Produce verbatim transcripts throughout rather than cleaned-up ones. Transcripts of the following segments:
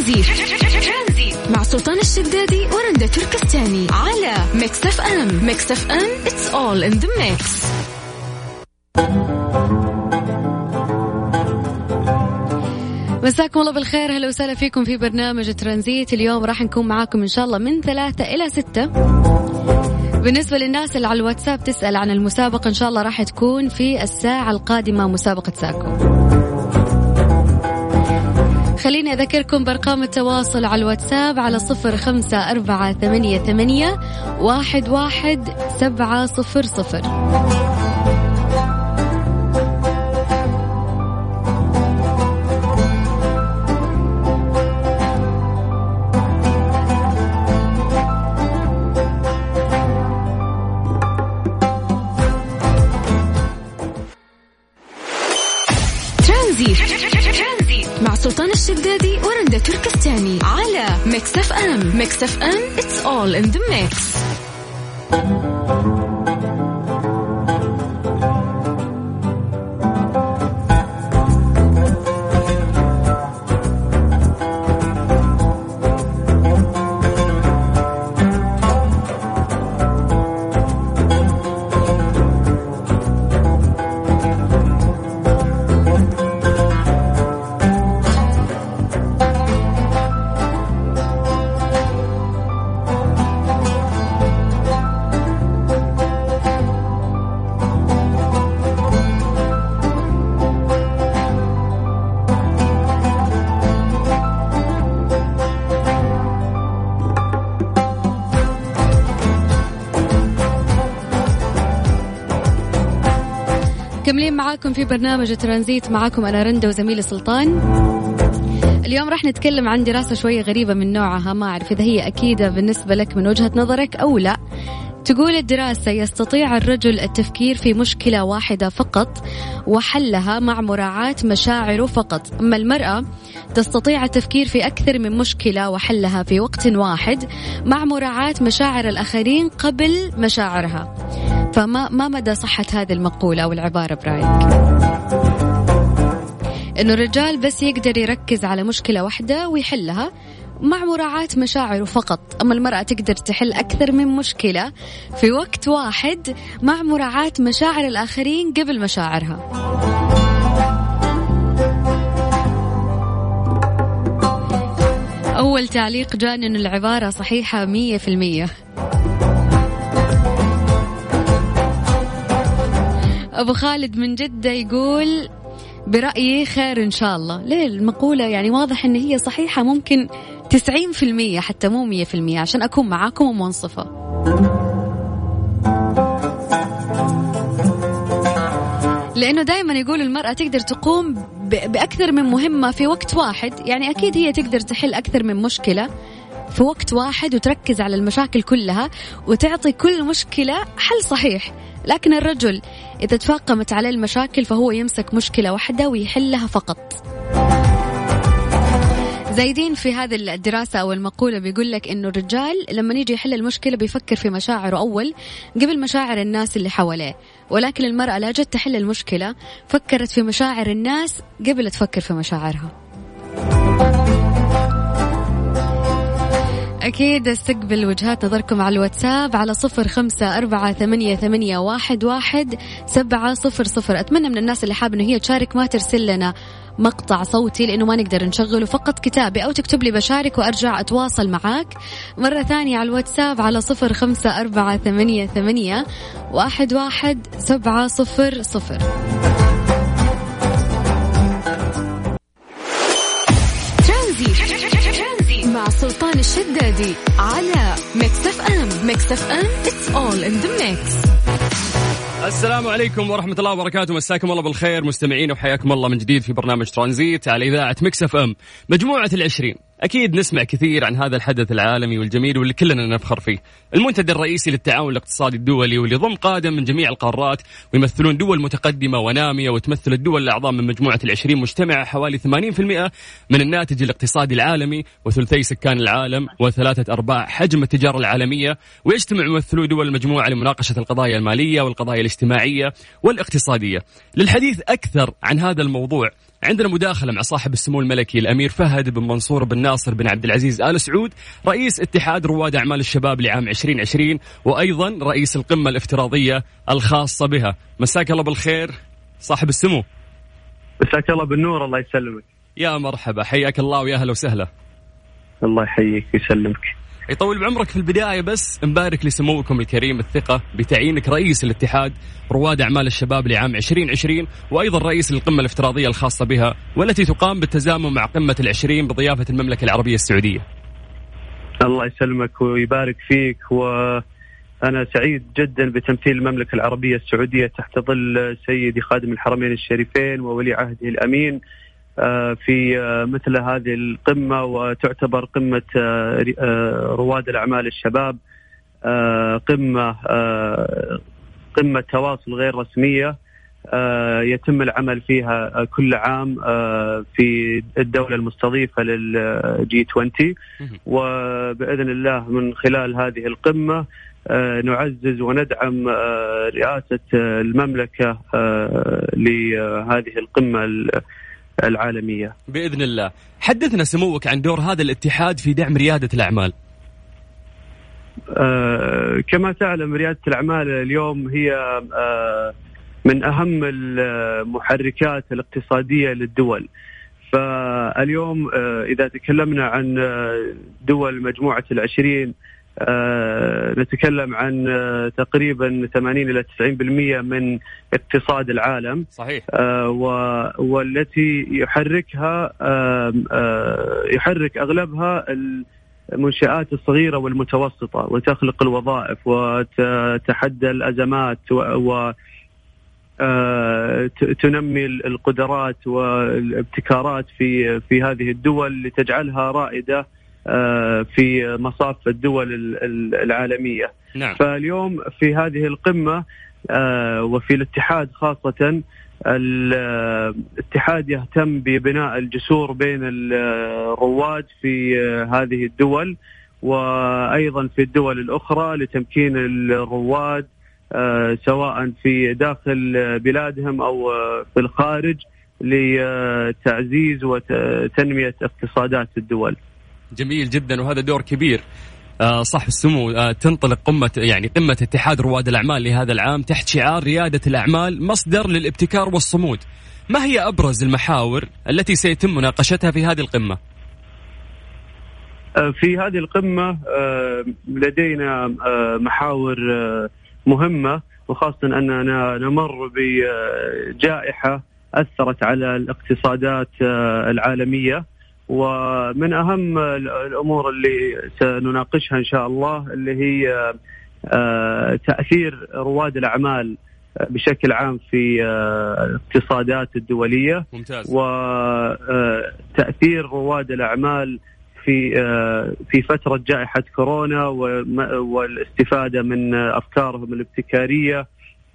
ترانزيت مع سلطان الشدادي ورندا تركستاني على ميكس اف ام. ميكس اف ام it's all in the mix. مساكم الله بالخير، هلا وسهلا فيكم في برنامج ترانزيت. اليوم راح نكون معاكم إن شاء الله من ثلاثة إلى ستة. بالنسبة للناس اللي على الواتساب تسأل عن المسابقة، إن شاء الله راح تكون في الساعة القادمة مسابقة ساكو. خليني أذكركم بأرقام التواصل على الواتساب على صفر خمسة أربعة ثمانية ثمانية واحد واحد سبعة صفر صفر. مع سلطان الشدادي ورندا تركستاني على ميكس اف ام. ميكس اف ام it's all in the mix. كملين معاكم في برنامج ترانزيت، معاكم أنا رندا وزميلي سلطان. اليوم راح نتكلم عن دراسة شوية غريبة من نوعها، ما أعرف إذا هي أكيدة بالنسبة لك من وجهة نظرك أو لا. تقول الدراسة: يستطيع الرجل التفكير في مشكلة واحدة فقط وحلها مع مراعاة مشاعره فقط، أما المرأة تستطيع التفكير في أكثر من مشكلة وحلها في وقت واحد مع مراعاة مشاعر الآخرين قبل مشاعرها. فما ما مدى صحة هذه المقولة أو العبارة برأيك؟ إنه الرجال بس يقدر يركز على مشكلة واحدة ويحلها مع مراعاة مشاعره فقط، أما المرأة تقدر تحل أكثر من مشكلة في وقت واحد مع مراعاة مشاعر الآخرين قبل مشاعرها. أول تعليق جاني إنه العبارة صحيحة مية في المية. أبو خالد من جدة يقول: برأيي خير إن شاء الله. ليه المقولة يعني واضح إن هي صحيحة، ممكن تسعين في المية حتى مو مية في المية عشان أكون معاكم ومنصفة. لأنه دايما يقول المرأة تقدر تقوم بأكثر من مهمة في وقت واحد، يعني أكيد هي تقدر تحل أكثر من مشكلة في وقت واحد وتركز على المشاكل كلها وتعطي كل مشكلة حل صحيح. لكن الرجل إذا تفاقمت عليه المشاكل فهو يمسك مشكلة واحدة ويحلها فقط. زايدين في هذه الدراسة أو المقولة بيقول لك إنه الرجال لما يجي يحل المشكلة بيفكر في مشاعره أول قبل مشاعر الناس اللي حواليه، ولكن المرأة لا جت تحل المشكلة فكرت في مشاعر الناس قبل تفكر في مشاعرها. أكيد استقبل وجهات نظركم على الواتساب على صفر خمسة أربعة ثمانية ثمانية واحد واحد سبعة صفر صفر. أتمنى من الناس اللي حابة إنه هي تشارك ما ترسل لنا مقطع صوتي لأنه ما نقدر نشغله، فقط كتابي، أو تكتب لي بشارك وأرجع أتواصل معاك مرة ثانية على الواتساب على صفر خمسة أربعة ثمانية ثمانية واحد واحد سبعة صفر صفر. مع سلطان الشدادي على ميكس اف ام. ميكس اف ام it's all in the mix. السلام عليكم ورحمة الله وبركاته، مساكم الله بالخير مستمعين وحياكم الله من جديد في برنامج ترانزيت على إذاعة ميكس اف ام. مجموعة العشرين أكيد نسمع كثير عن هذا الحدث العالمي والجميل واللي كلنا نفخر فيه، المنتدى الرئيسي للتعاون الاقتصادي الدولي واللي يضم قادة من جميع القارات ويمثلون دول متقدمة ونامية، وتمثل الدول الأعضاء من مجموعة العشرين مجتمعة حوالي ثمانين بالمئة من الناتج الاقتصادي العالمي وثلثي سكان العالم وثلاثة أرباع حجم التجارة العالمية، ويجتمع ممثلو دول المجموعة لمناقشة القضايا المالية والقضايا الاجتماعية والاقتصادية. للحديث أكثر عن هذا الموضوع عندنا مداخلة مع صاحب السمو الملكي الأمير فهد بن منصور بن ناصر بن عبد العزيز آل سعود، رئيس اتحاد رواد أعمال الشباب لعام عشرين عشرين، وأيضا رئيس القمة الافتراضية الخاصة بها. مساك الله بالخير صاحب السمو. مساك الله بالنور، الله يسلمك. يا مرحبا، حياك الله ويا أهلا وسهلا. الله يحييك ويسلمك. يطول بعمرك. في البداية بس نبارك لسموكم الكريم الثقة بتعيينك رئيس الاتحاد رواد أعمال الشباب لعام عشرين عشرين، وأيضا رئيس القمة الافتراضية الخاصة بها، والتي تقام بالتزامن مع قمة العشرين بضيافة المملكة العربية السعودية. الله يسلمك ويبارك فيك، وأنا سعيد جدا بتمثيل المملكة العربية السعودية تحت ظل سيدي خادم الحرمين الشريفين وولي عهده الأمين في مثل هذه القمة، وتعتبر قمة رواد الأعمال الشباب قمة قمة تواصل غير رسمية يتم العمل فيها كل عام في الدولة المستضيفة للجي عشرين، وبإذن الله من خلال هذه القمة نعزز وندعم رئاسة المملكة لهذه القمة العالمية بإذن الله. حدثنا سموك عن دور هذا الاتحاد في دعم ريادة الأعمال. آه كما تعلم ريادة الأعمال اليوم هي آه من أهم المحركات الاقتصادية للدول. فاليوم آه إذا تكلمنا عن دول مجموعة العشرين آه نتكلم عن آه تقريبا ثمانين إلى تسعين بالمئة من اقتصاد العالم. صحيح. آه والتي يحركها آه آه يحرك أغلبها المنشآت الصغيرة والمتوسطة، وتخلق الوظائف وتحدى الأزمات و تنمي القدرات والابتكارات في في هذه الدول لتجعلها رائدة في مصاف الدول العالمية. نعم. فاليوم في هذه القمة وفي الاتحاد خاصة، الاتحاد يهتم ببناء الجسور بين الرواد في هذه الدول وأيضا في الدول الأخرى لتمكين الرواد سواء في داخل بلادهم أو في الخارج لتعزيز وتنمية اقتصادات الدول. جميل جدا، وهذا دور كبير. صاحب السمو، تنطلق قمة يعني قمة اتحاد رواد الأعمال لهذا العام تحت شعار ريادة الأعمال مصدر للابتكار والصمود. ما هي أبرز المحاور التي سيتم مناقشتها في هذه القمة؟ في هذه القمة لدينا محاور مهمة، وخاصة أننا نمر بجائحة أثرت على الاقتصادات العالمية، ومن أهم الأمور اللي سنناقشها إن شاء الله اللي هي تأثير رواد الأعمال بشكل عام في الاقتصادات الدولية. ممتاز. وتأثير رواد الأعمال في في فترة جائحة كورونا والاستفادة من أفكارهم الابتكارية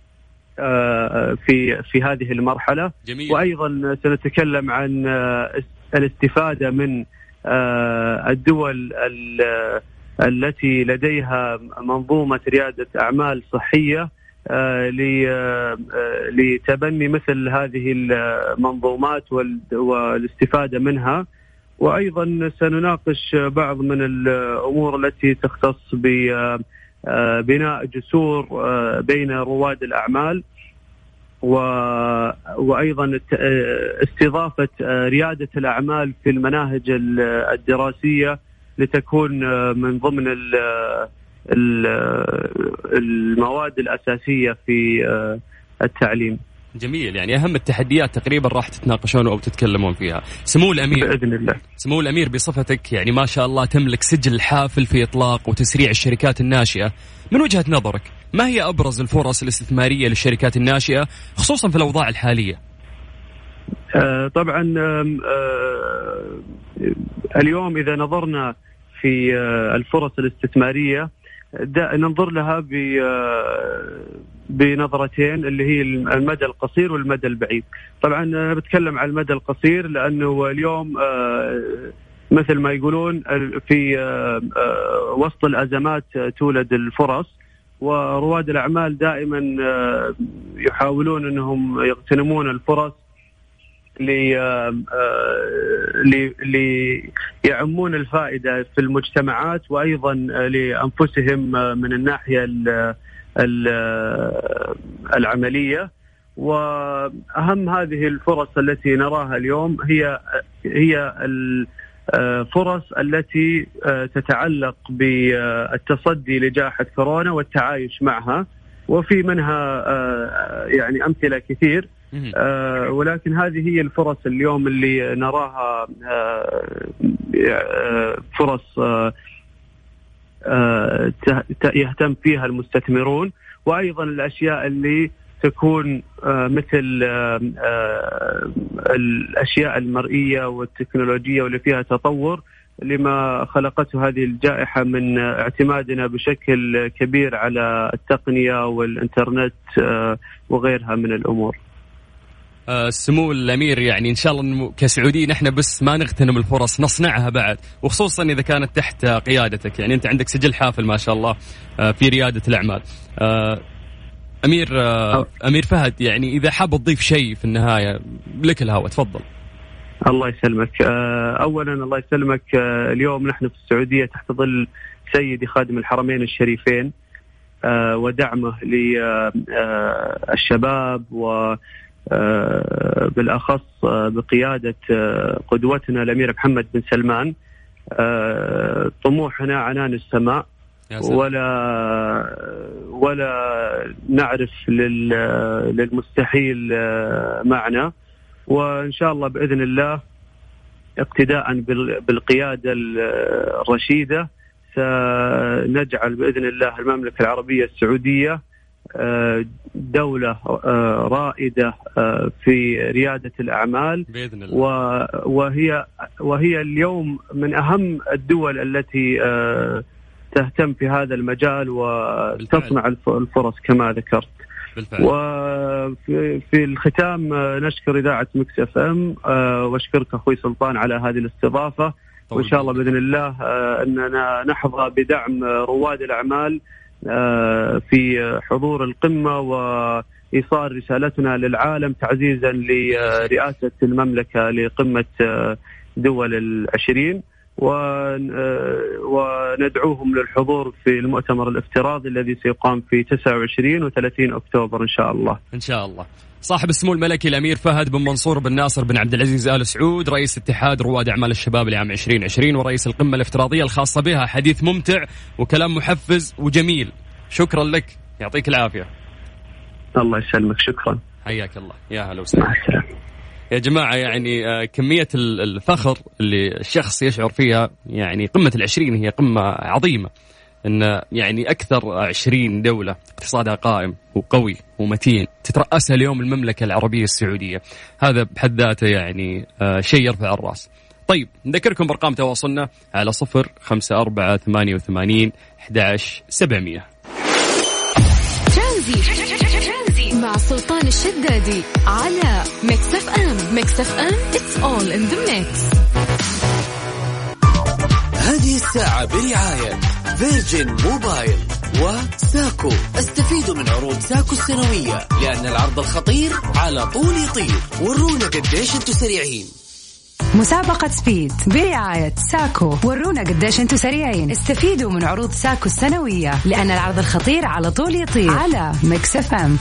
في في هذه المرحلة. جميل. وأيضا سنتكلم عن الاستفادة من الدول التي لديها منظومة ريادة أعمال صحية لتبني مثل هذه المنظومات والاستفادة منها. وأيضا سنناقش بعض من الأمور التي تختص ببناء جسور بين رواد الأعمال، وأيضا استضافة ريادة الأعمال في المناهج الدراسية لتكون من ضمن المواد الأساسية في التعليم. جميل، يعني أهم التحديات تقريبا راح تتناقشون أو تتكلمون فيها. سمو الأمير، بإذن الله. سمو الأمير، بصفتك يعني ما شاء الله تملك سجل حافل في إطلاق وتسريع الشركات الناشئة، من وجهة نظرك ما هي أبرز الفرص الاستثمارية للشركات الناشئة خصوصا في الأوضاع الحالية؟ آه طبعا آه اليوم إذا نظرنا في آه الفرص الاستثمارية ننظر لها بنظرتين اللي هي المدى القصير والمدى البعيد. طبعا أنا بتكلم عن المدى القصير لأنه اليوم مثل ما يقولون في وسط الأزمات تولد الفرص، ورواد الأعمال دائما يحاولون أنهم يغتنمون الفرص ليعمون الفائدة في المجتمعات وأيضا لأنفسهم من الناحية العملية. وأهم هذه الفرص التي نراها اليوم هي هي الفرص التي تتعلق بالتصدي لجائحة كورونا والتعايش معها، وفي منها يعني أمثلة كثير، ولكن هذه هي الفرص اليوم اللي نراها فرص يهتم فيها المستثمرون، وأيضا الأشياء اللي تكون مثل الأشياء المرئية والتكنولوجية واللي فيها تطور لما خلقته هذه الجائحة من اعتمادنا بشكل كبير على التقنية والإنترنت وغيرها من الأمور. السمو الأمير، يعني إن شاء الله كسعوديين نحن بس ما نغتنم الفرص، نصنعها بعد، وخصوصا إذا كانت تحت قيادتك. يعني أنت عندك سجل حافل ما شاء الله في ريادة الأعمال. أمير أمير فهد، يعني إذا حاب تضيف شيء في النهاية لك الهوى، تفضل. الله يسلمك. أولا الله يسلمك، اليوم نحن في السعودية تحت ظل سيدي خادم الحرمين الشريفين ودعمه للشباب، وبالأخص بقيادة قدوتنا الأمير محمد بن سلمان. طموحنا عنان السماء، ولا ولا نعرف للمستحيل معنا، وإن شاء الله بإذن الله اقتداء بالقيادة الرشيدة سنجعل بإذن الله المملكة العربية السعودية دولة رائدة في ريادة الأعمال بإذن الله. وهي وهي اليوم من أهم الدول التي تهتم في هذا المجال وتصنع الفرص كما ذكرت. بالفعل. وفي في الختام نشكر إذاعة ميكس اف ام واشكرك أخوي سلطان على هذه الاستضافة، وإن شاء الله بإذن الله أننا نحظى بدعم رواد الأعمال في حضور القمة وإيصال رسالتنا للعالم تعزيزا لرئاسة المملكة لقمة دول العشرين، وندعوهم للحضور في المؤتمر الافتراضي الذي سيقام في تسعة وعشرين وثلاثين أكتوبر إن شاء الله. إن شاء الله. صاحب السمو الملكي الأمير فهد بن منصور بن ناصر بن عبد العزيز آل سعود، رئيس اتحاد رواد أعمال الشباب لعام عشرين عشرين ورئيس القمة الافتراضية الخاصة بها، حديث ممتع وكلام محفز وجميل. شكرا لك، يعطيك العافية. الله يسلمك، شكرا. حياك الله، يا هلا وسهلا. يا جماعة، يعني كمية الفخر اللي الشخص يشعر فيها، يعني قمة العشرين هي قمة عظيمة، إن يعني أكثر عشرين دولة اقتصادها قائم وقوي ومتين تترأسها اليوم المملكة العربية السعودية، هذا بحد ذاته يعني شيء يرفع الرأس. طيب، نذكركم بأرقام تواصلنا على صفر خمسة أربعة ثمانية وثمانين أحد عشر سبعمية. مع سلطان الشدادي على ميكس اف ام. ميكس اف ام it's all in the mix. هذه الساعة برعاية فيرجن موبايل وساكو. استفيدوا من عروض ساكو السنوية، لأن العرض الخطير على طول يطير. ورونا قديش انتوا سريعين. مسابقة سبيد برعاية ساكو. ورونا قديش انتوا سريعين. استفيدوا من عروض ساكو السنوية، لأن العرض الخطير على طول يطير. على ميكس اف ام.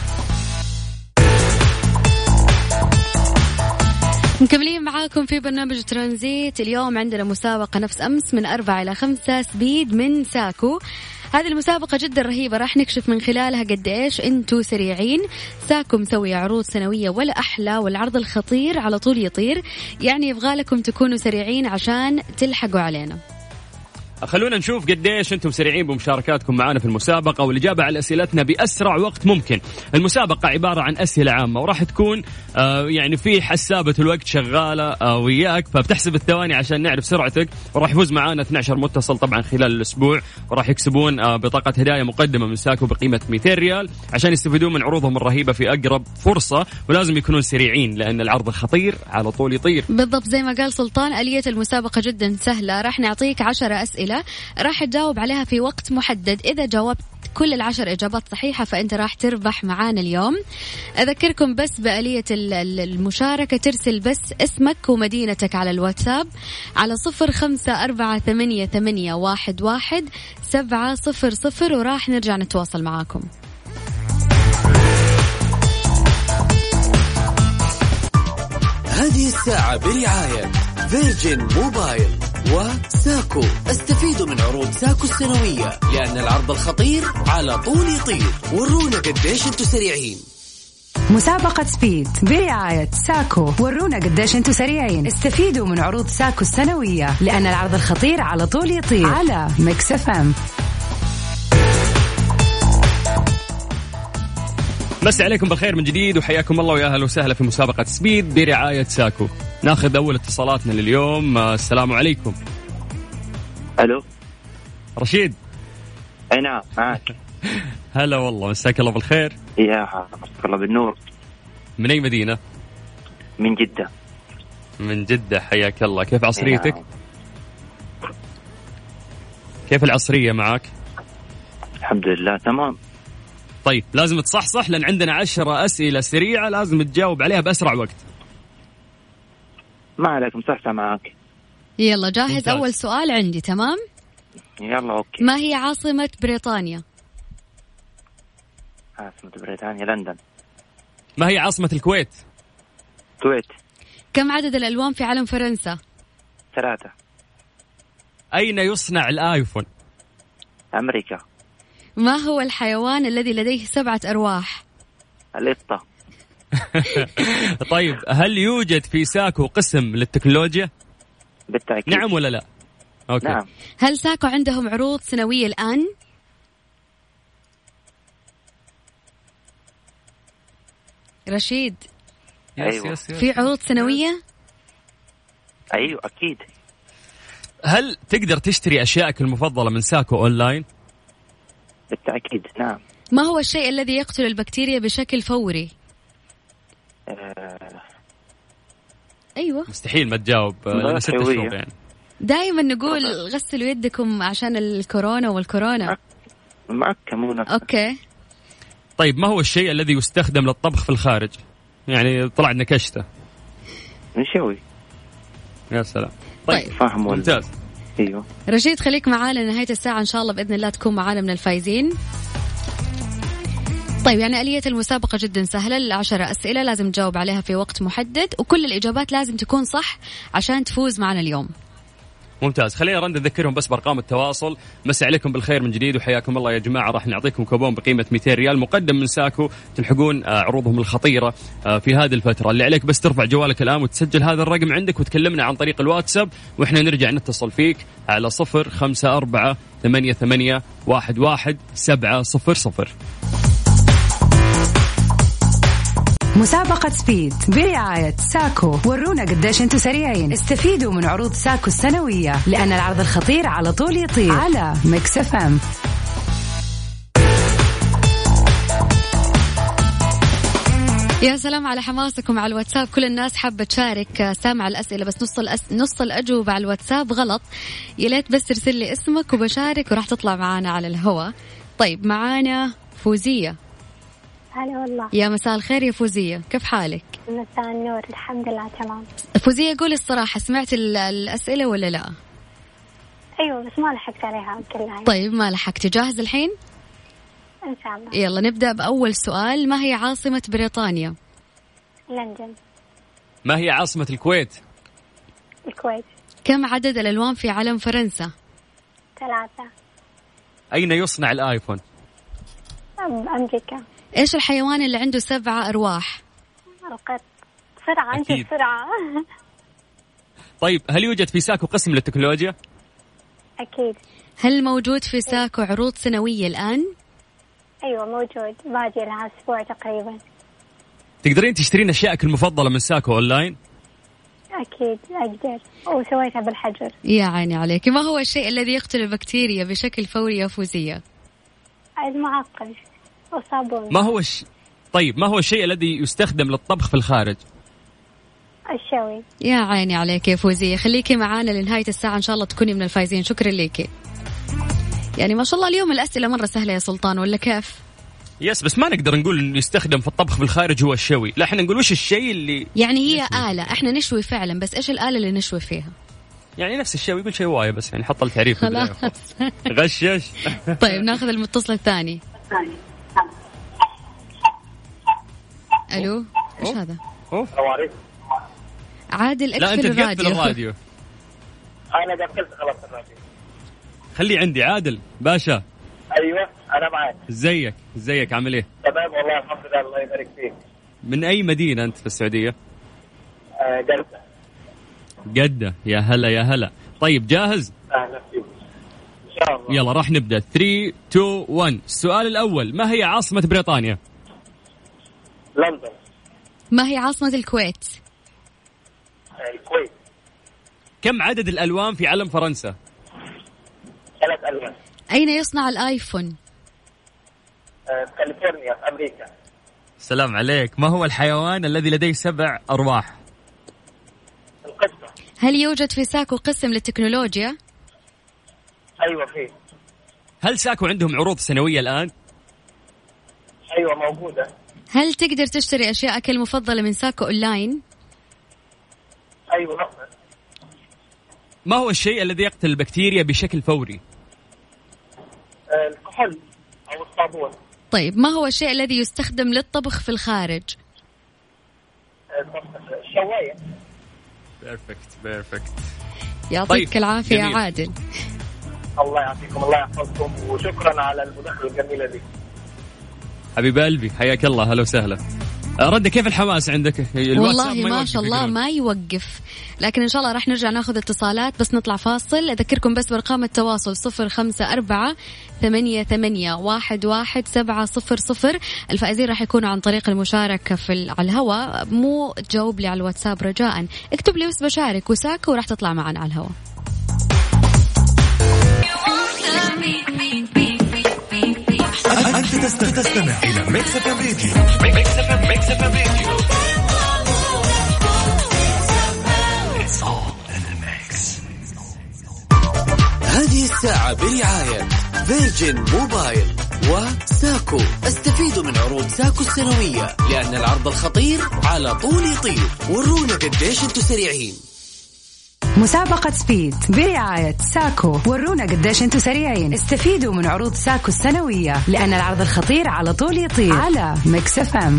مكملين معاكم في برنامج ترانزيت. اليوم عندنا مسابقة نفس أمس من أربعة إلى خمسة سبيد من ساكو. هذه المسابقة جدا رهيبة، راح نكشف من خلالها قد إيش أنتوا سريعين. ساكو مسوي عروض سنوية ولا أحلى، والعرض الخطير على طول يطير، يعني يبغى لكم تكونوا سريعين عشان تلحقوا علينا. خلونا نشوف قديش انتم سريعين بمشاركاتكم معنا في المسابقة والإجابة على أسئلتنا بأسرع وقت ممكن. المسابقة عبارة عن أسئلة عامة، وراح تكون آه يعني في حسابة الوقت شغالة آه وياك، فبتحسب الثواني عشان نعرف سرعتك. وراح يفوز معنا اثني عشر متصل طبعا خلال الأسبوع، وراح يكسبون آه بطاقة هدايا مقدمة من ساكو بقيمة مئتين ريال عشان يستفيدون من عروضهم الرهيبة في أقرب فرصة. ولازم يكونون سريعين لأن العرض الخطير على طول يطير. بالضبط زي ما قال سلطان، آلية المسابقة جدا سهلة. راح نعطيك عشرة أسئلة، راح تجاوب عليها في وقت محدد. إذا جاوبت كل العشر إجابات صحيحة فأنت راح تربح معانا اليوم. أذكركم بس بآلية المشاركة، ترسل بس اسمك ومدينتك على الواتساب على صفر خمسة أربعة ثمانية ثمانية واحد واحد سبعة صفر صفر وراح نرجع نتواصل معاكم. هذه الساعة برعاية فيرجن موبايل وساكو. استفيدوا من عروض ساكو السنوية لأن العرض الخطير على طول يطير. ورونا قديش انتو سريعين. مسابقة سبيد برعاية ساكو. ورونا قديش انتو سريعين. استفيدوا من عروض ساكو السنوية لأن العرض الخطير على طول يطير على ميكس اف ام. مسي عليكم بالخير من جديد وحياكم الله ويا اهلا وسهلا في مسابقة سبيد برعاية ساكو. ناخذ أول اتصالاتنا لليوم. السلام عليكم. ألو رشيد. أي نعم معك. هلا والله، مساك الله بالخير. يا مساك الله بالنور. من أي مدينة؟ من جدة. من جدة، حياك الله. كيف عصريتك؟ نعم. كيف العصرية معك؟ الحمد لله تمام. طيب لازم تصحصح لأن عندنا عشرة أسئلة سريعة لازم تجاوب عليها بأسرع وقت. ما عليك، مصحصح معك. يلا جاهز؟ ممتاز. أول سؤال عندي. تمام يلا أوكي. ما هي عاصمة بريطانيا؟ عاصمة بريطانيا لندن. ما هي عاصمة الكويت؟ كويت. كم عدد الألوان في علم فرنسا؟ ثلاثة. أين يصنع الآيفون؟ أمريكا. ما هو الحيوان الذي لديه سبعة أرواح؟ القطة. طيب هل يوجد في ساكو قسم للتكنولوجيا؟ بالتأكيد. نعم ولا لا؟ أوكي. نعم. هل ساكو عندهم عروض سنوية الآن؟ رشيد. يس أيوة. يس يس. في عروض سنوية؟ أيوة أكيد. هل تقدر تشتري أشيائك المفضلة من ساكو أونلاين؟ بالتأكيد نعم. ما هو الشيء الذي يقتل البكتيريا بشكل فوري؟ آه. أيوة. مستحيل ما تجاوب لأن ست حيوية. شهور يعني. دائما نقول غسلوا يدكم عشان الكورونا والكورونا. معك كمونة. أوكي. طيب ما هو الشيء الذي يستخدم للطبخ في الخارج؟ يعني طلع نكشته. نشوي. يا سلام. طيب, طيب. فاهم ولا؟ ممتاز. أيوه. رشيد خليك معانا لنهاية الساعة إن شاء الله بإذن الله تكون معانا من الفايزين. طيب يعني آلية المسابقة جدا سهلة، العشرة أسئلة لازم تجاوب عليها في وقت محدد وكل الإجابات لازم تكون صح عشان تفوز معنا اليوم. ممتاز. خلينا رند نذكرهم بس بارقام التواصل. مسي عليكم بالخير من جديد وحياكم الله يا جماعه. راح نعطيكم كوبون بقيمه مئتين ريال مقدم من ساكو، تلحقون عروضهم الخطيره في هذه الفتره. اللي عليك بس ترفع جوالك الان وتسجل هذا الرقم عندك وتكلمنا عن طريق الواتساب واحنا نرجع نتصل فيك على صفر خمسة أربعة ثمانية ثمانية واحد واحد سبعة صفر صفر. مسابقة سبيد برعاية ساكو. ورونا قديش انتو سريعين. استفيدوا من عروض ساكو السنوية لأن العرض الخطير على طول يطير على ميكس اف ام. يا سلام على حماسكم على الواتساب، كل الناس حابة تشارك. سامع الأسئلة بس نص الأس... نص الأجوبة على الواتساب غلط. يليت بس ترسل لي اسمك وبشارك وراح تطلع معانا على الهواء. طيب معانا فوزية. هلا والله. يا مساء الخير يا فوزية، كيف حالك؟ مساء النور، الحمد لله تمام. فوزية قولي الصراحة، سمعت الأسئلة ولا لا؟ أيوة بس ما لحقت عليها كلها. طيب ما لحقتي، جاهز الحين؟ إن شاء الله. يلا نبدأ بأول سؤال. ما هي عاصمة بريطانيا؟ لندن. ما هي عاصمة الكويت؟ الكويت. كم عدد الألوان في علم فرنسا؟ ثلاثة. أين يصنع الآيفون؟ أمريكا. إيش الحيوان اللي عنده سبعة أرواح؟ القط. بسرعة أنت بسرعة. طيب هل يوجد في ساكو قسم للتكنولوجيا؟ أكيد. هل موجود في ساكو عروض سنوية الآن؟ أيوة موجود، باقي لها أسبوع تقريبا. تقدرين تشترين أشيائك المفضلة من ساكو أونلاين؟ أكيد أقدر، وسويتها بالحجر. يا عيني عليك. ما هو الشيء الذي يقتل البكتيريا بشكل فوري يا فوزية؟ المعقم والصابون. ما هو الش... طيب ما هو الشيء الذي يستخدم للطبخ في الخارج؟ الشوي. يا عيني عليك يا فوزية، خليكي معانا لنهاية الساعة إن شاء الله تكوني من الفايزين. شكرا ليكي. يعني ما شاء الله اليوم الأسئلة مرة سهلة يا سلطان، ولا كيف؟ يس، بس ما نقدر نقول إنه يستخدم في الطبخ في الخارج هو الشوي، لا احنا نقول وش الشيء اللي يعني هي نشوي. آلة احنا نشوي فعلا، بس ايش الآلة اللي نشوي فيها؟ يعني نفس الشيء، يقول شيء وايد بس يعني حط التعريف خلاص. غشش. طيب ناخذ المتصل الثاني. الو ايش هذا؟ السلام عليكم. عادل لا انت اقفل تقفل الراديو. انا قفلت خلاص الراديو. خليه عندي. عادل باشا. ايوه انا معك. ازيك ازيك عامل ايه؟ تمام والله الحمد لله، الله يبارك فيك. من اي مدينة انت في السعودية؟ آه جدة. جدة، يا هلا يا هلا. طيب جاهز؟ اهلا فيك ان شاء الله. يلا راح نبدأ. ثلاثة اثنين واحد. السؤال الأول، ما هي عاصمة بريطانيا؟ لندن. ما هي عاصمة الكويت؟ آه الكويت. كم عدد الألوان في علم فرنسا؟ ثلاث ألوان. أين يصنع الآيفون؟ آه كاليفورنيا في أمريكا. سلام عليك. ما هو الحيوان الذي لديه سبع أرواح؟ القطة. هل يوجد في ساكو قسم للتكنولوجيا؟ أيوة فيه. هل ساكو عندهم عروض سنوية الآن؟ أيوة موجودة. هل تقدر تشتري أشياءك المفضلة من ساكو أونلاين؟ أيوة نقدر. ما هو الشيء الذي يقتل البكتيريا بشكل فوري؟ آه الكحول أو الصابون. طيب ما هو الشيء الذي يستخدم للطبخ في الخارج؟ آه الشواية. بيرفكت بيرفكت. يعطيك طيب. العافية جميل. يا عادل. الله يعطيكم الله يحفظكم، وشكرا على المداخلة الجميلة دي. حبيب قلبي حياك الله، هلا وسهلا. رد كيف الحماس عندك؟ والله ما, ما شاء الله ما يوقف، لكن إن شاء الله راح نرجع ناخذ اتصالات، بس نطلع فاصل. أذكركم بس بأرقام التواصل صفر خمسة أربعة ثمانية ثمانية واحد واحد سبعة صفر صفر. الفائزين راح يكونوا عن طريق المشاركة في على الهواء، مو تجاوب لي على الواتساب رجاء، اكتب لي بس بشارك وساكو وراح تطلع معنا على الهواء. أنت تستمع إلى ميكس اف ام راديو. ميكس اف ام ميكس اف ام راديو. It's all in the mix. هذه الساعة برعاية فيرجن موبايل وساكو. استفيدوا من عروض ساكو السنوية، لأن العرض الخطير على طول يطير. ورونا قديش انتوا سريعين. مسابقة سبيد برعاية ساكو. ورونا قديش انتوا سريعين. استفيدوا من عروض ساكو السنوية، لأن العرض الخطير على طول يطير. على ميكس اف ام.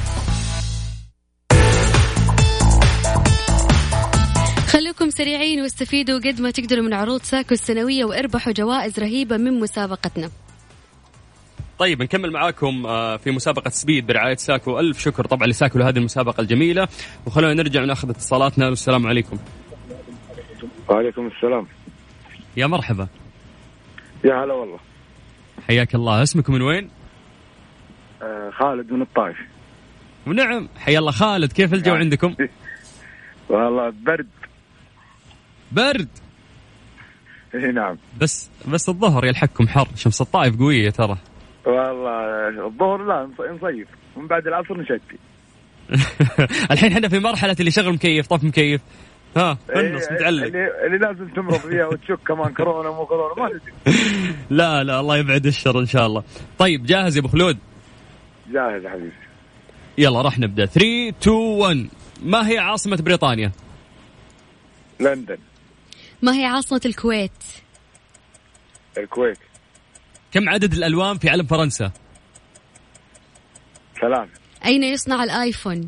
خلوكم سريعين واستفيدوا قد ما تقدروا من عروض ساكو السنوية، واربحوا جوائز رهيبة من مسابقتنا. طيب نكمل معاكم في مسابقة سبيد برعاية ساكو. ألف شكر طبعا لساكو لهذه المسابقة الجميلة، وخلونا نرجع وناخذ اتصالاتنا. والسلام عليكم. وعليكم السلام. يا مرحبا. يا هلا والله. حياك الله. اسمكم من وين؟ آه خالد من الطائف. ونعم حيا الله خالد. كيف الجو يعني. عندكم؟ والله برد. برد. اي نعم. بس بس الظهر يلحقكم حر، شمس الطائف قوية ترى. والله الظهر لا نصيف، من بعد العصر نشتي. الحين احنا في مرحلة اللي شغل مكيف طف مكيف. ها فنص إيه متعلق. اللي, اللي لازم تمرض فيها وتشك كمان كورونا مو كورونا ما تدري. لا لا الله يبعد الشر ان شاء الله. طيب جاهز يا ابو خلود؟ جاهز حبيبي. يلا راح نبدا. ثلاثة اثنين واحد. ما هي عاصمة بريطانيا؟ لندن. ما هي عاصمة الكويت؟ الكويت. كم عدد الألوان في علم فرنسا؟ ثلاثة. أين يصنع الآيفون؟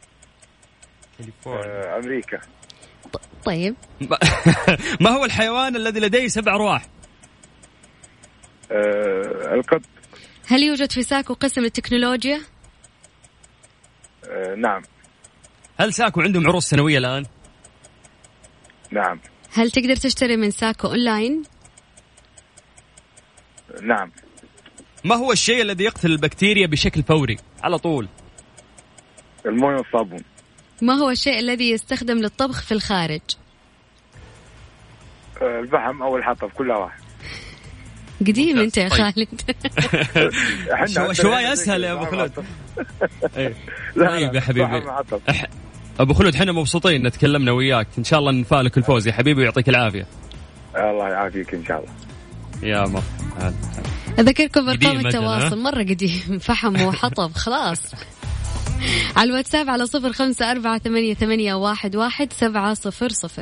آه، أمريكا. طيب ما هو الحيوان الذي لديه سبع أرواح؟ آه، القط. هل يوجد في ساكو قسم للتكنولوجيا؟ آه، نعم. هل ساكو عندهم عروض سنوية الآن؟ نعم. هل تقدر تشتري من ساكو أونلاين؟ نعم. ما هو الشيء الذي يقتل البكتيريا بشكل فوري على طول؟ المويه والصابون. ما هو الشيء الذي يستخدم للطبخ في الخارج؟ آه، الفحم أو الحطب كلها واحد. قديم انت يا خالد. شو شوي اسهل يا ابو خلود. طيب يا حبيبي ابو خلود احنا مبسوطين نتكلمنا وياك، ان شاء الله نفالك الفوز يا حبيبي ويعطيك العافيه. الله يعافيك ان شاء الله يا مرحبا. أذكركم بأرقام التواصل مرة قديم فحم وحطب خلاص. على الواتساب على صفر خمسة أربعة ثمانية ثمانية واحد واحد سبعة صفر صفر.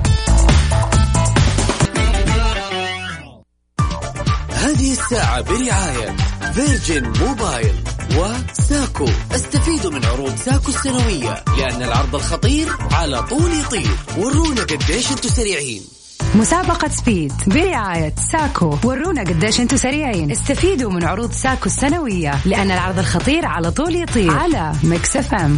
هذه الساعة برعاية فيرجن موبايل وساكو. استفيدوا من عروض ساكو السنوية لأن العرض الخطير على طول يطير. ورونا قديش انتو سريعين. مسابقة سبيد برعاية ساكو. ورونا قديش انتو سريعين. استفيدوا من عروض ساكو السنوية لأن العرض الخطير على طول يطير على ميكس اف ام.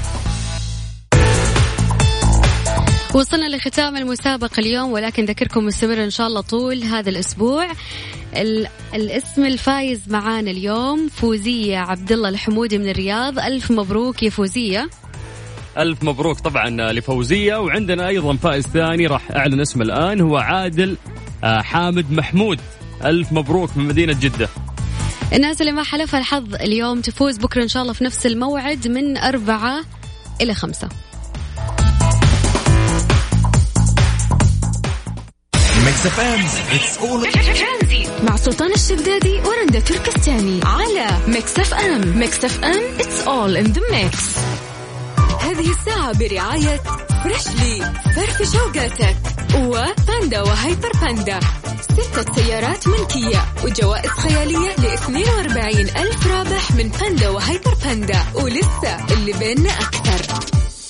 وصلنا لختام المسابقة اليوم، ولكن ذكركم مستمر إن شاء الله طول هذا الأسبوع. الاسم الفايز معانا اليوم فوزية عبد الله الحمودي من الرياض. ألف مبروك يا فوزية. ألف مبروك طبعا لفوزية. وعندنا أيضا فائز ثاني راح أعلن اسمه الآن، هو عادل حامد محمود. ألف مبروك من مدينة جدة. الناس اللي ما حلفها الحظ اليوم تفوز بكرة إن شاء الله في نفس الموعد من أربعة إلى خمسة. مع سلطان الشدادي ورندا تركستاني على ميكس اف ام. ميكس اف ام it's all in the mix. هذه الساعة برعاية فريشلي فرف شوقاتك وباندا وهايبر باندا. ستة سيارات ملكية وجوائز خيالية لاثنين وأربعين ألف رابح من باندا وهايبر باندا. ولسه اللي بيننا أكثر.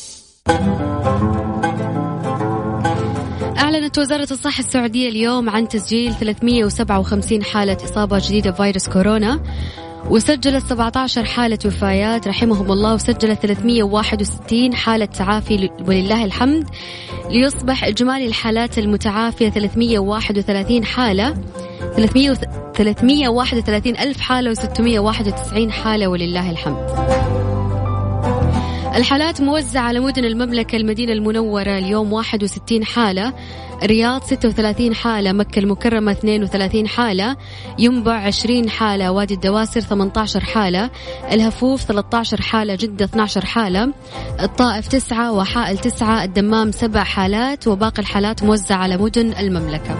أعلنت وزارة الصحة السعودية اليوم عن تسجيل ثلاثمئة وسبعة وخمسين حالة إصابة جديدة بفيروس كورونا، وسجلت سبعة عشر حالة وفيات رحمهم الله، وسجلت ثلاثمئة وواحد وستين حالة تعافي ولله الحمد، ليصبح إجمالي الحالات المتعافية ثلاثمئة وواحد وثلاثين حالة ثلاثمئة وواحد وثلاثين ألف حالة وستمئة وواحد وتسعين حالة ولله الحمد. الحالات موزعة على مدن المملكة: المدينة المنورة اليوم واحد وستين حالة، الرياض ستة وثلاثين حالة، مكة المكرمة اثنين وثلاثين حالة، ينبع عشرين حالة، وادي الدواسر ثمانية عشر حالة، الهفوف ثلاثة عشر حالة، جدة اثنتي عشرة حالة، الطائف تسعة، وحائل تسعة، الدمام سبع حالات، وباقي الحالات موزعة على مدن المملكة.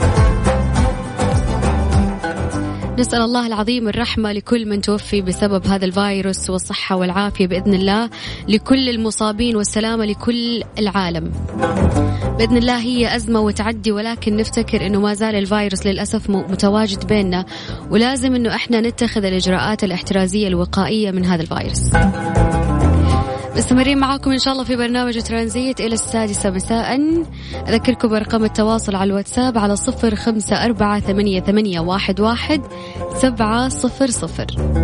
نسأل الله العظيم الرحمة لكل من توفي بسبب هذا الفيروس، والصحة والعافية بإذن الله لكل المصابين، والسلامة لكل العالم بإذن الله. هي أزمة وتعدي، ولكن نفتكر أنه ما زال الفيروس للأسف متواجد بيننا، ولازم أنه إحنا نتخذ الإجراءات الاحترازية الوقائية من هذا الفيروس. مستمرين معاكم إن شاء الله في برنامج ترانزيت إلى السادسة مساء. أذكركم برقم التواصل على الواتساب على صفر خمسة أربعة ثمانية ثمانية واحد واحد سبعة صفر صفر.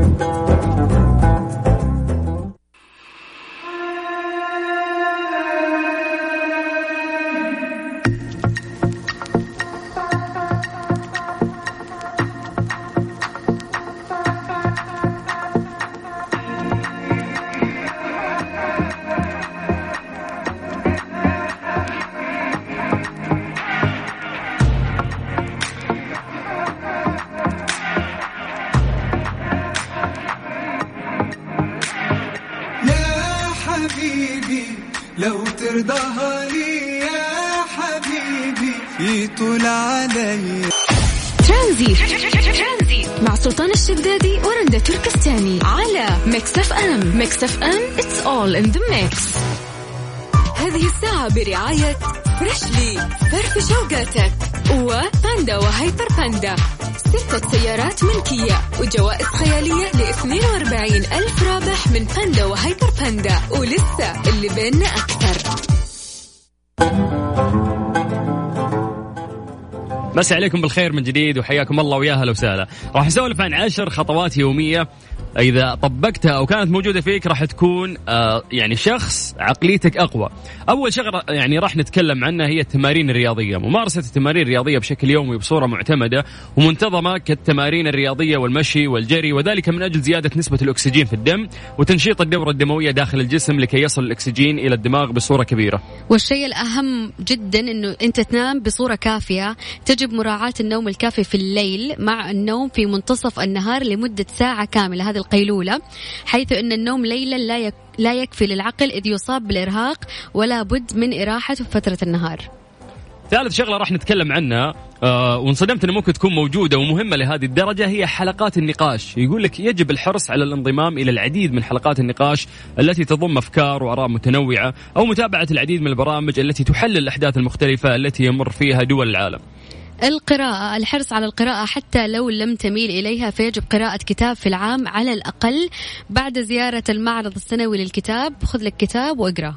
لو ترضاها لي يا حبيبي يطول علي. ترانزيت مع سلطان الشدادي ورندا تركستاني على ميكس اف ام. ميكس اف ام it's all in the mix. هذه الساعة برعاية فريشلي فرف شوقاتك وباندا وهايبر باندا. ستة سيارات ملكية وجوائز خيالية لاثنين وأربعين ألف رابح من باندا وهايبر باندا. ولسه اللي بيننا أكثر. مسا عليكم بالخير من جديد وحياكم الله وياها لو سهلا. راح نسولف عن عشر خطوات يومية إذا طبقتها أو كانت موجودة فيك راح تكون آه يعني شخص عقليتك أقوى. أول شغلة يعني راح نتكلم عنها هي التمارين الرياضية. ممارسة التمارين الرياضية بشكل يومي بصورة معتمدة ومنتظمة كالتمارين الرياضية والمشي والجري، وذلك من أجل زيادة نسبة الأكسجين في الدم وتنشيط الدورة الدموية داخل الجسم لكي يصل الأكسجين إلى الدماغ بصورة كبيرة. والشيء الأهم جدا أنه أنت تنام بصورة كافية. تجب مراعاة النوم الكافي في الليل مع النوم في منتصف النهار لمدة ساعة كاملة، هذه القيلولة، حيث أن النوم ليلا لا يك لا يكفي للعقل إذ يصاب بالإرهاق ولا بد من إراحة في فترة النهار. ثالث شغلة راح نتكلم عنها آه وانصدمت أنها ممكن تكون موجودة ومهمة لهذه الدرجة، هي حلقات النقاش. يقول لك يجب الحرص على الانضمام إلى العديد من حلقات النقاش التي تضم أفكار وآراء متنوعة، أو متابعة العديد من البرامج التي تحلل الأحداث المختلفة التي يمر فيها دول العالم. القراءة، الحرص على القراءة حتى لو لم تميل إليها، فيجب قراءة كتاب في العام على الأقل. بعد زيارة المعرض السنوي للكتاب خذ لك كتاب واقرأ.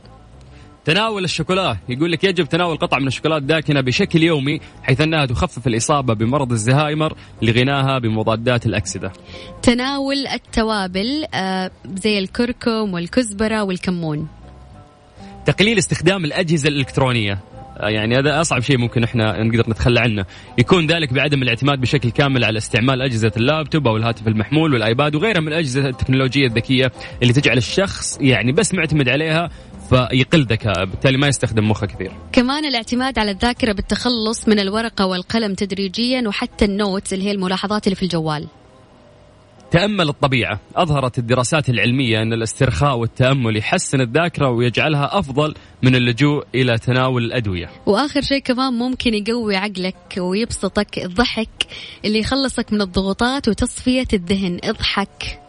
تناول الشوكولا، يقول لك يجب تناول قطع من الشوكولا الداكنة بشكل يومي، حيث أنها تخفف الإصابة بمرض الزهايمر لغناها بمضادات الأكسدة. تناول التوابل آه زي الكركم والكزبرة والكمون. تقليل استخدام الأجهزة الإلكترونية، يعني هذا أصعب شيء ممكن إحنا نقدر نتخلى عنه، يكون ذلك بعدم الاعتماد بشكل كامل على استعمال أجهزة اللابتوب أو الهاتف المحمول والآيباد وغيرها من الأجهزة التكنولوجية الذكية اللي تجعل الشخص يعني بس معتمد عليها فيقل ذكاء، بالتالي ما يستخدم مخه كثير. كمان الاعتماد على الذاكرة بالتخلص من الورقة والقلم تدريجيا، وحتى النوتس اللي هي الملاحظات اللي في الجوال. تأمل الطبيعة، أظهرت الدراسات العلمية أن الاسترخاء والتأمل يحسن الذاكرة ويجعلها أفضل من اللجوء إلى تناول الأدوية. وآخر شيء كمان ممكن يقوي عقلك ويبسطك، الضحك اللي يخلصك من الضغوطات وتصفية الذهن. اضحك،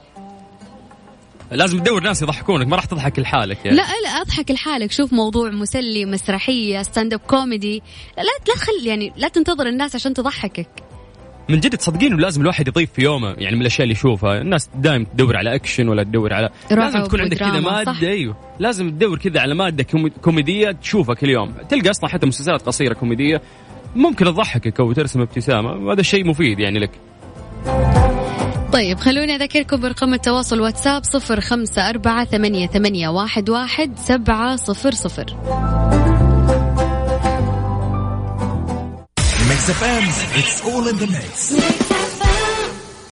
لازم تدور ناس يضحكونك، ما راح تضحك لحالك يعني. لا لا اضحك لحالك، شوف موضوع مسلي، مسرحية، ستاند اب كوميدي، لا لا تخل يعني لا تنتظر الناس عشان تضحكك. من جد تصدقين ولازم الواحد يضيف في يومه يعني من الأشياء اللي يشوفها. الناس دائما تدور على أكشن ولا تدور على، لازم تكون عندك كذا مادة. أيوه لازم تدور كذا على مادة كوميدية تشوفها كل يوم. تلقى أصلا حتى مسلسلات قصيرة كوميدية ممكن تضحكك أو ترسم ابتسامة، وهذا الشيء مفيد يعني لك. طيب خلوني أذكركم برقم التواصل واتساب صفر خمسة أربعة ثمانية ثمانية واحد واحد سبعة صفر صفر. Mix إف إم, it's all in the mix.